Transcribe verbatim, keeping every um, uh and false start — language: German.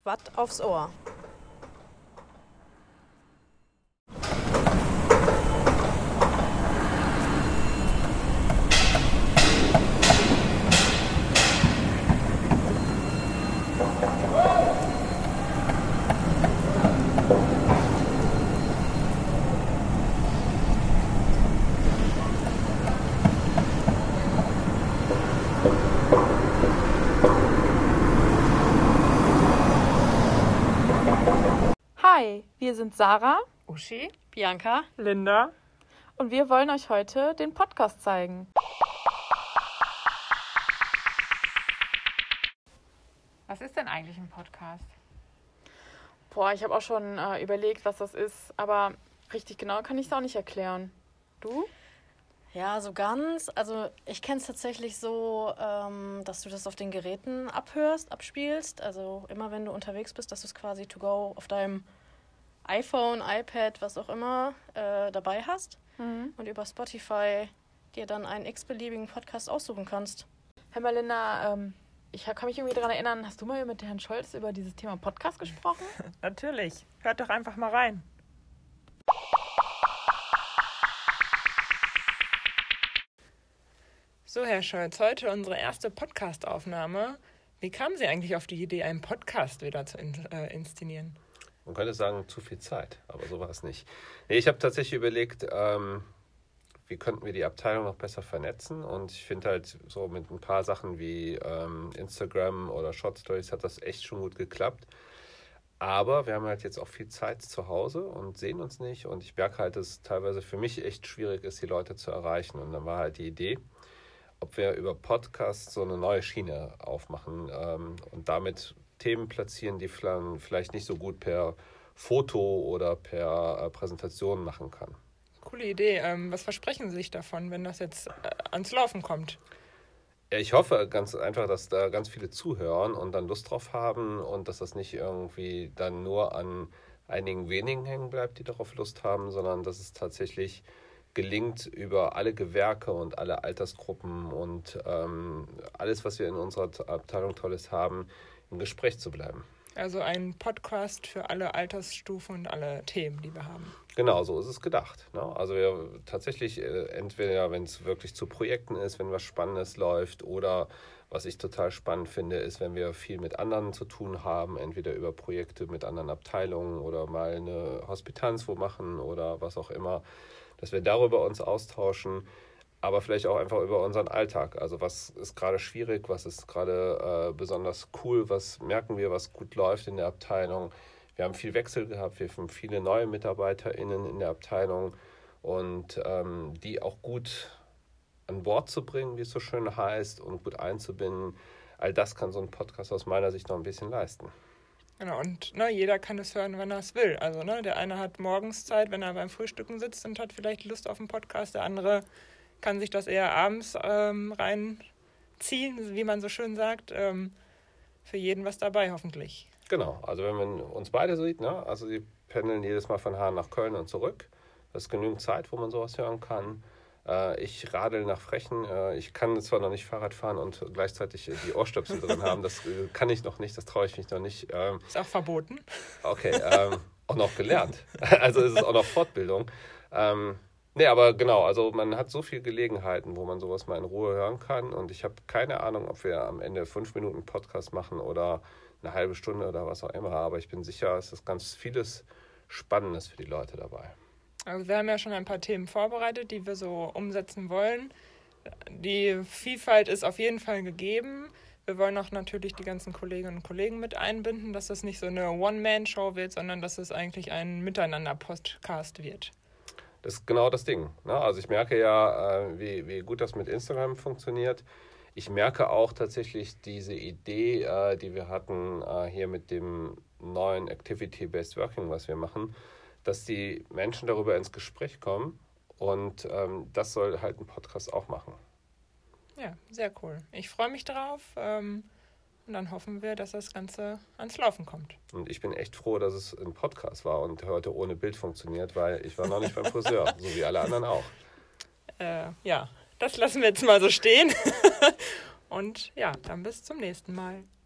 Watt aufs Ohr. Hi, wir sind Sarah, Uschi, Bianca, Linda. Und wir wollen euch heute den Podcast zeigen. Was ist denn eigentlich ein Podcast? Boah, ich habe auch schon äh, überlegt, was das ist, aber richtig genau kann ich es auch nicht erklären. Du? Ja, so ganz. Also ich kenne es tatsächlich so, ähm, dass du das auf den Geräten abhörst, abspielst. Also immer wenn du unterwegs bist, dass du es quasi to go auf deinem iPhone, iPad, was auch immer äh, dabei hast. Mhm. Und über Spotify dir dann einen x-beliebigen Podcast aussuchen kannst. Hör mal, Linda, ähm, ich kann mich irgendwie daran erinnern, hast du mal mit Herrn Scholz über dieses Thema Podcast gesprochen? Natürlich. Hört doch einfach mal rein. So, Herr Scholz, heute unsere erste Podcast-Aufnahme. Wie kamen Sie eigentlich auf die Idee, einen Podcast wieder zu in, äh, inszenieren? Man könnte sagen, zu viel Zeit, aber so war es nicht. Nee, ich habe tatsächlich überlegt, ähm, wie könnten wir die Abteilung noch besser vernetzen. Und ich finde halt so mit ein paar Sachen wie ähm, Instagram oder Short Stories hat das echt schon gut geklappt. Aber wir haben halt jetzt auch viel Zeit zu Hause und sehen uns nicht. Und ich merke halt, dass es teilweise für mich echt schwierig ist, die Leute zu erreichen. Und dann war halt die Idee, ob wir über Podcasts so eine neue Schiene aufmachen ähm, und damit Themen platzieren, die vielleicht nicht so gut per Foto oder per äh, Präsentation machen kann. Coole Idee. Ähm, was versprechen Sie sich davon, wenn das jetzt äh, ans Laufen kommt? Ja, ich hoffe ganz einfach, dass da ganz viele zuhören und dann Lust drauf haben und dass das nicht irgendwie dann nur an einigen wenigen hängen bleibt, die darauf Lust haben, sondern dass es tatsächlich gelingt, über alle Gewerke und alle Altersgruppen und ähm, alles, was wir in unserer Abteilung Tolles haben, im Gespräch zu bleiben. Also ein Podcast für alle Altersstufen und alle Themen, die wir haben. Genau, so ist es gedacht. Ne? Also wir tatsächlich äh, entweder, wenn es wirklich zu Projekten ist, wenn was Spannendes läuft oder was ich total spannend finde, ist, wenn wir viel mit anderen zu tun haben, entweder über Projekte mit anderen Abteilungen oder mal eine Hospitanz wo machen oder was auch immer, dass wir darüber uns austauschen, aber vielleicht auch einfach über unseren Alltag. Also was ist gerade schwierig, was ist gerade äh, besonders cool, was merken wir, was gut läuft in der Abteilung. Wir haben viel Wechsel gehabt, wir haben viele neue MitarbeiterInnen in der Abteilung und ähm, die auch gut an Bord zu bringen, wie es so schön heißt, und gut einzubinden. All das kann so ein Podcast aus meiner Sicht noch ein bisschen leisten. Genau, und ne, jeder kann es hören, wenn er es will. Also ne, der eine hat morgens Zeit, wenn er beim Frühstücken sitzt und hat vielleicht Lust auf einen Podcast, der andere kann sich das eher abends ähm, reinziehen, wie man so schön sagt. Ähm, für jeden was dabei, hoffentlich. Genau, also wenn man uns beide sieht, ne, also die pendeln jedes Mal von Hahn nach Köln und zurück. Das ist genügend Zeit, wo man sowas hören kann. Äh, ich radel nach Frechen. Äh, ich kann zwar noch nicht Fahrrad fahren und gleichzeitig die Ohrstöpsel drin haben. Das äh, kann ich noch nicht, das traue ich mich noch nicht. Ähm, ist auch verboten. Okay, ähm, auch noch gelernt. Also ist es auch noch Fortbildung. Ähm, Nee, aber genau, also man hat so viele Gelegenheiten, wo man sowas mal in Ruhe hören kann und ich habe keine Ahnung, ob wir am Ende fünf Minuten Podcast machen oder eine halbe Stunde oder was auch immer, aber ich bin sicher, es ist ganz vieles Spannendes für die Leute dabei. Also wir haben ja schon ein paar Themen vorbereitet, die wir so umsetzen wollen. Die Vielfalt ist auf jeden Fall gegeben. Wir wollen auch natürlich die ganzen Kolleginnen und Kollegen mit einbinden, dass das nicht so eine One-Man-Show wird, sondern dass es eigentlich ein Miteinander-Podcast wird. Das ist genau das Ding. Ne? Also ich merke ja, äh, wie, wie gut das mit Instagram funktioniert. Ich merke auch tatsächlich diese Idee, äh, die wir hatten äh, hier mit dem neuen Activity-Based Working, was wir machen, dass die Menschen darüber ins Gespräch kommen und ähm, das soll halt ein Podcast auch machen. Ja, sehr cool. Ich freue mich drauf. Ähm Und dann hoffen wir, dass das Ganze ans Laufen kommt. Und ich bin echt froh, dass es ein Podcast war und heute ohne Bild funktioniert, weil ich war noch nicht beim Friseur, so wie alle anderen auch. Äh, ja, das lassen wir jetzt mal so stehen. Und ja, dann bis zum nächsten Mal.